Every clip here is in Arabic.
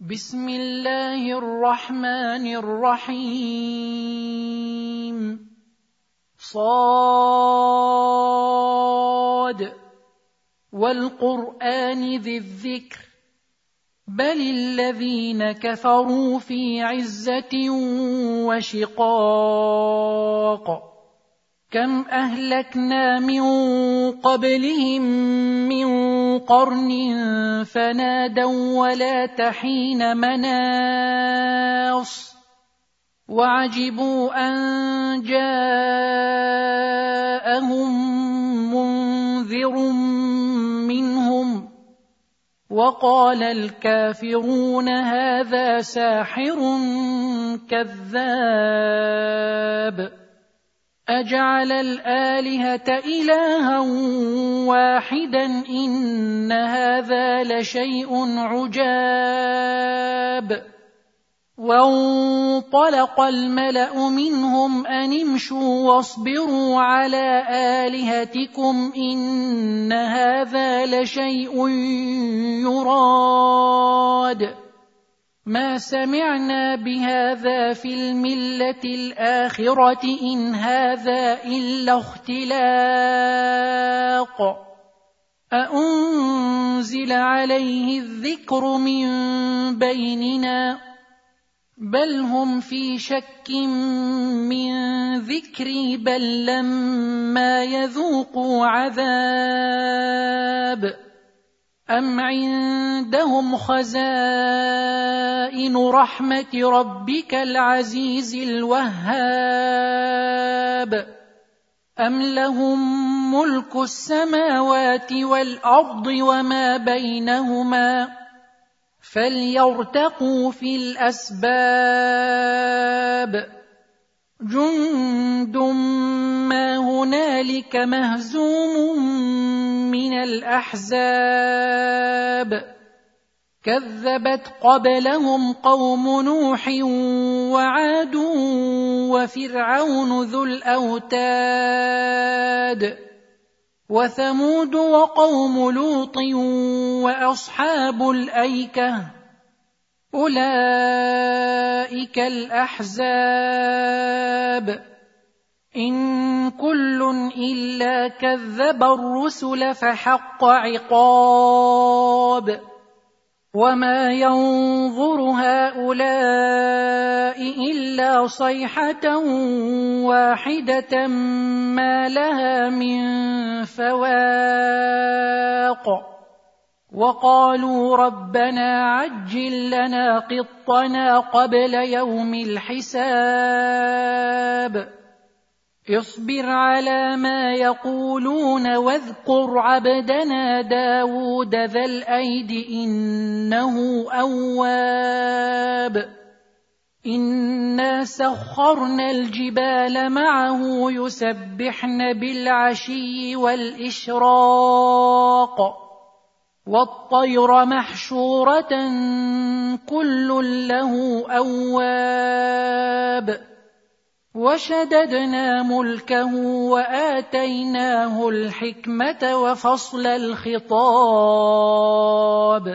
بسم الله الرحمن الرحيم صاد والقرآن ذي الذكر بل الذين كفروا في عزة وشقاق كم أهلكنا من قبلهم من قرن فنادوا ولا تحين مناص وعجبوا أن جاءهم منذر منهم وقال الكافرون هذا ساحر كذاب أجعل الآلهة إلها واحدا إن هذا لشيء عجاب وانطلق الملأ منهم أن امشوا واصبروا على آلهتكم إن هذا لشيء يراد ما سمعنا بهذا في الملة الآخرة إن هذا إلا اختلاق أأنزل عليه الذكر من بيننا بل هم في شك من ذكري بل لما يذوقوا عذاب أم عندهم خزائن رحمة ربك العزيز الوهاب أم لهم ملك السماوات والأرض وما بينهما فليرتقوا في الأسباب جند ما هنالك مهزوم من الأحزاب كذبت قبلهم قوم نوح وعاد وفرعون ذو الأوتاد وثمود وقوم لوط وأصحاب الأيكة أولئك الأحزاب إن كل إلا كذب الرسل فحق عقاب وما ينظر هؤلاء إلا صيحة واحدة ما لها من فواق وقالوا ربنا عجل لنا قطنا قبل يوم الحساب اصبر على ما يقولون واذكر عبدنا داود ذا الأيد إنه أواب إنا سخرنا الجبال معه يسبحن بالعشي والإشراق والطير محشورة كل له أواب وشددنا ملكه وآتيناه الحكمة وفصل الخطاب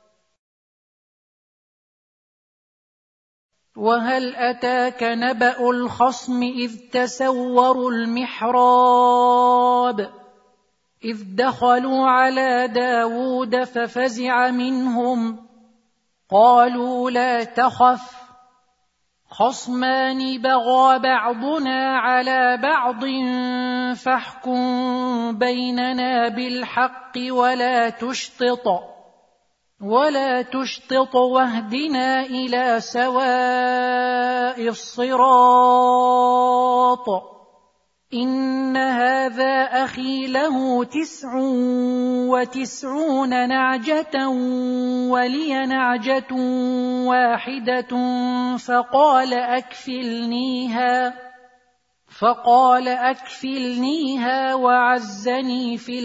وهل أتاك نبأ الخصم إذ تسوروا المحراب إذ دخلوا على داود ففزع منهم قالوا لا تخف خصمان بغى بعضنا على بعض فاحكم بيننا بالحق ولا تشطط واهدنا إلى سواء الصراط إن هذا أخي له 99 نعجة ولي نعجة واحدة فقال أكفلنيها وعزني في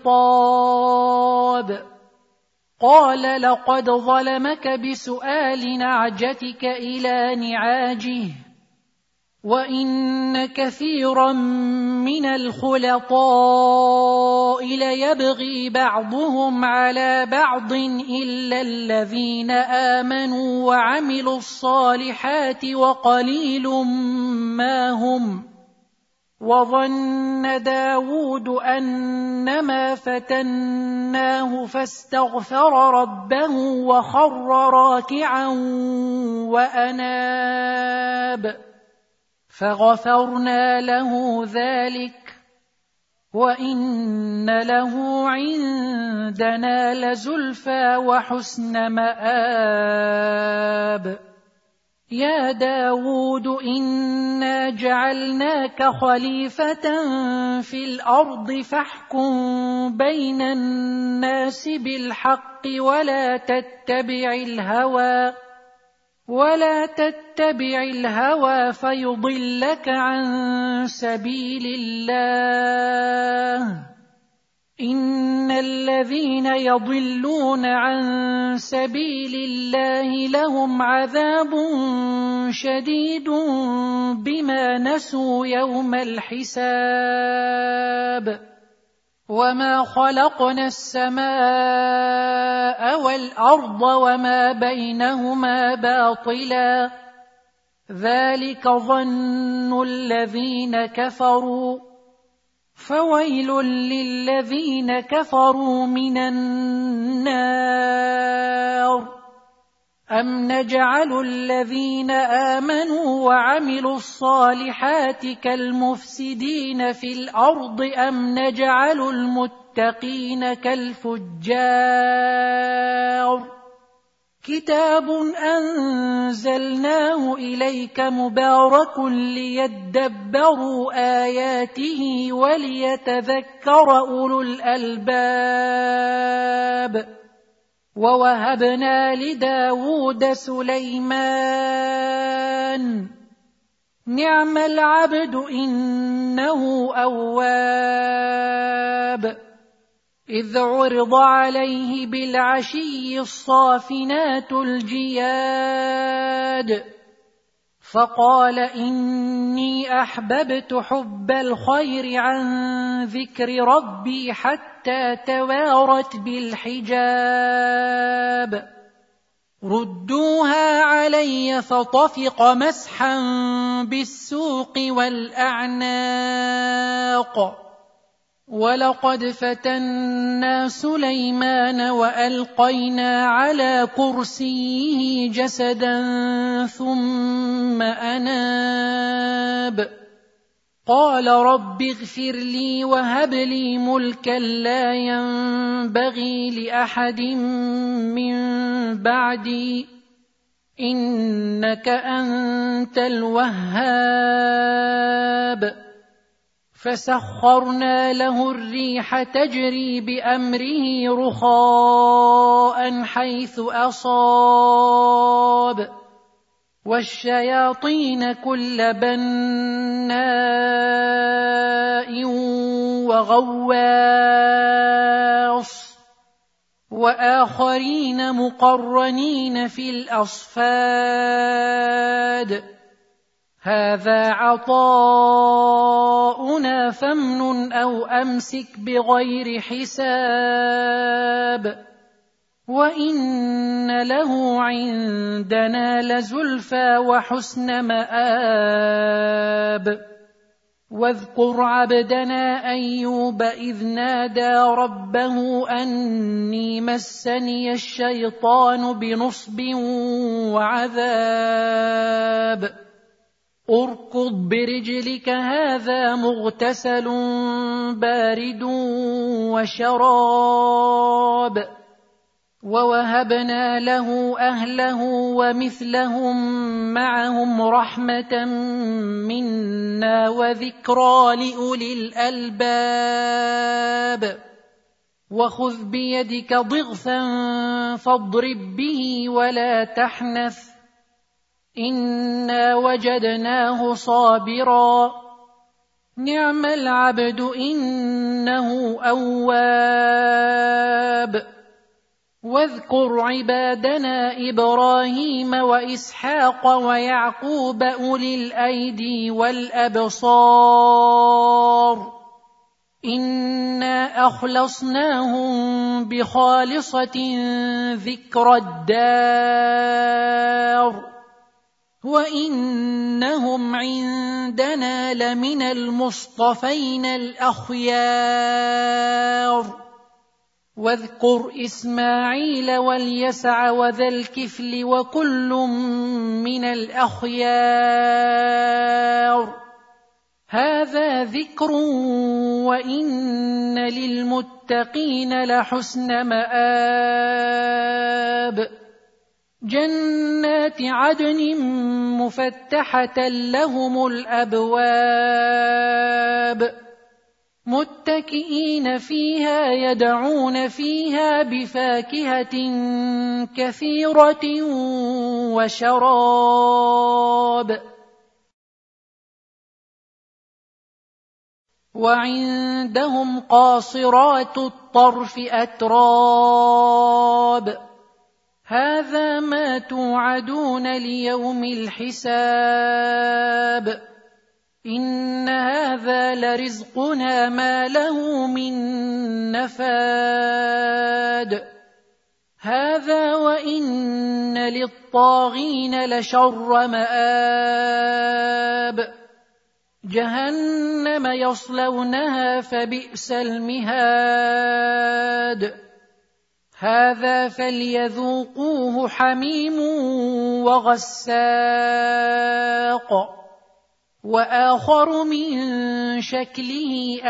الخطاب قال لقد ظلمك بسؤال نعجتك إلى نعاجه وَإِنَّ كَثِيرًا مِنَ الْخُلَطَاءِ لَيَبْغِي بَعْضُهُمْ عَلَى بَعْضٍ إِلَّا الَّذِينَ آمَنُوا وَعَمِلُوا الصَّالِحَاتِ وَقَلِيلٌ مَّا هُمْ. وَظَنَّ دَاوُودُ أَنَّمَا فَتَنَّاهُ فَاسْتَغْفَرَ رَبَّهُ وَخَرَّ رَاكِعًا وَأَنَابَ فَغَفَرْنَا لَهُ ذَلِكَ وَإِنَّ لَهُ عِندَنَا لَزُلْفَىٰ وَحُسْنَ مَآبٍ. يَا دَاوُودُ إِنَّا جَعَلْنَاكَ خَلِيفَةً فِي الْأَرْضِ فَاحْكُم بَيْنَ النَّاسِ بِالْحَقِّ ولا تتبع الهوى فيضلك عن سبيل الله. إن الذين يضلون عن سبيل الله لهم عذاب شديد بما نسوا يوم الحساب. وما خلقنا السماء والأرض وما بينهما باطلا ذلك ظن الذين كفروا فويل للذين كفروا من النار. أم نجعل الذين آمنوا وعملوا الصالحات كالمفسدين في الأرض أم نجعل المتقين كالفجار. كتاب أنزلناه إليك مبارك ليدبروا آياته وليتذكر أولو الألباب. ووهبنا لداود سليمان نعم العبد إنه أواب. إذ عرض عليه بالعشي الصافنات الجياد فقال إني أحببت حب الخير عن ذكر ربي حتى توارت بالحجاب. ردوها علي فطفق مسحا بالسوق والأعناق. ولقد فتنا سليمان وألقينا على كرسيه جسدا ثم أناب قال رب اغفر لي وهب لي ملكا لا ينبغي لأحد من بعدي إنك أنت الوهاب. فسخرنا له الريح تجري بأمره رخاء حيث أصاب والشياطين كل بناء وغواص وآخرين مقرنين في الأصفاد. هذا عطاؤنا فامنن أو أمسك بغير حساب وإن له عندنا لزلفى وحسن مآب. واذكر عبدنا أيوب إذ نادى ربه أني مسني الشيطان بنصب وعذاب اركض برجلك هذا مغتسل بارد وشراب. ووهبنا له أهله ومثلهم معهم رحمة منا وذكرى لأولي الألباب. وخذ بيدك ضغثا فاضرب به ولا تحنث إنا وجدناه صابرا نعم العبد إنه أواب. واذكر عبادنا إبراهيم وإسحاق ويعقوب أولي الأيدي والأبصار إنا أخلصناهم بخالصة ذكر الدار وإنهم عندنا لمن المصطفين الأخيار واذكر إسماعيل واليسع وذا الكفل وكل من الأخيار هذا ذكر وإن للمتقين لحسن مآب جنات عدن مفتحة لهم الأبواب متكئين فيها يدعون فيها بفاكهة كثيرة وشراب وعندهم قاصرات الطرف أتراب هذا ما توعدون ليوم الحساب إن هذا لرزقنا ما له من نفاد هذا وإن للطاغين لشر مآب جهنم يصلونها فبئس المهاد هذا فليذوقوه حميم وغساق وآخر من شكله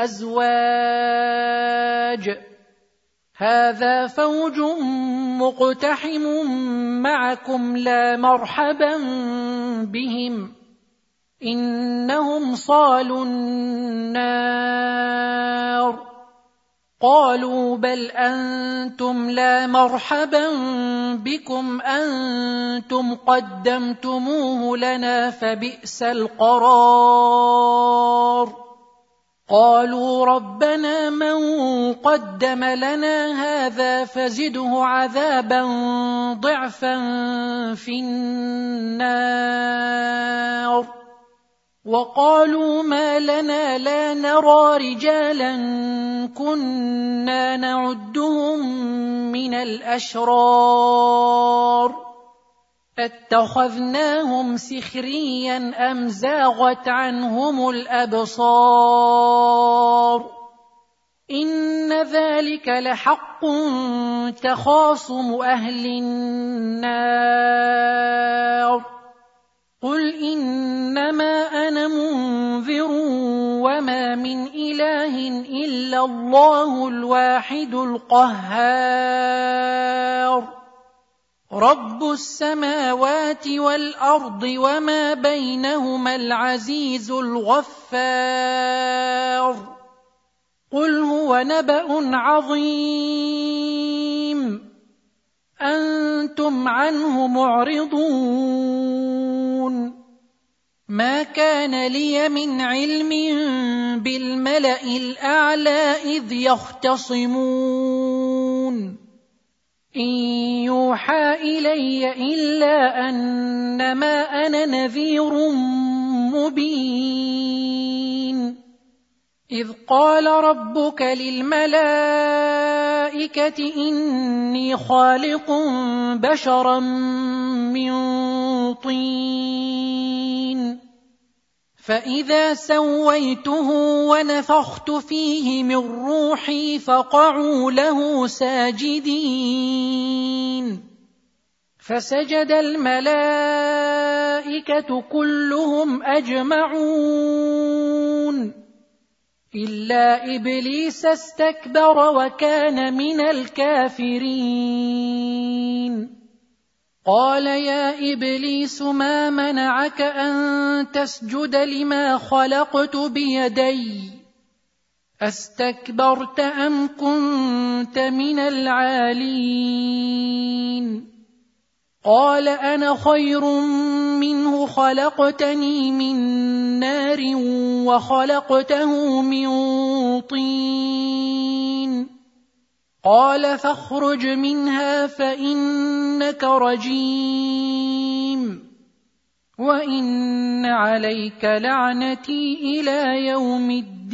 أزواج هذا فوج مقتحم معكم لا مرحبا بهم إنهم صالوا النار قالوا بل أنتم لا مرحبا بكم أنتم قدمتموه لنا فبئس القرار قالوا ربنا من قدم لنا هذا فزده عذابا ضعفا في النار وقالوا ما لنا لا نرى رجالا كنا نعدهم من الأشرار اتخذناهم سخريا أم زاغت عنهم الأبصار إن ذلك لحق تخاصم أهل النار قل إنما أنا منذر وما من إله إلا الله الواحد القهار رب السماوات والأرض وما بينهما العزيز الغفار قل هو نبأ عظيم أنتم عنه معرضون ما كان لي من علم بالملأ الأعلى إذ يختصمون إن يوحى إلي إلا أنما أنا نذير مبين إذ قال ربك للملائكة إني خالق بشرا من طين فإذا سويته ونفخت فيه من روحي فقعوا له ساجدين فسجد الملائكة كلهم أجمعون إلا إبليس استكبر وكان من الكافرين قال يا إبليس ما منعك أن تسجد لما خلقت بيدي أستكبرت أم كنت من العالين قال أنا خير منه خلقتني من نار وخلقته من طين قال فاخرج منها فإنك رجيم وإن عليك لعنتي إلى يوم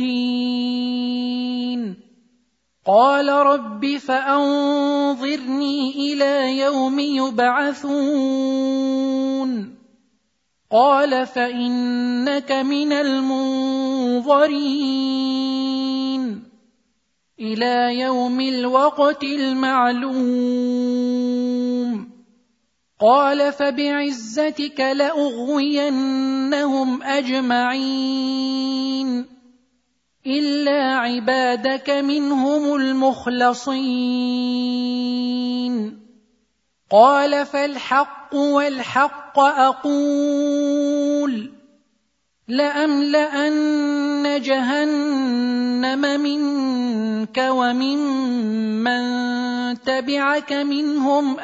الدين. قال رب فأنظرني إلى يوم يبعثون. قال فإنك من المنظرين إلى يوم الوقت المعلوم. قال فبعزتك لأغوينهم أجمعين إلا عبادك منهم المخلصين. قال فالحق والحق أقول لأملأن جهنم منك وممن تبعك منهم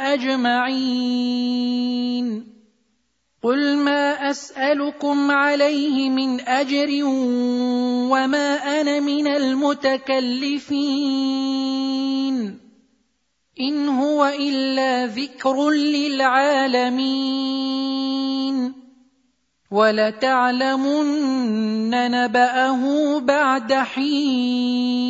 أجمعين. قل ما أسألكم عليه من أجر وما أنا من المتكلفين إن هو إلا ذكر للعالمين ولتعلمن نبأه بعد حين.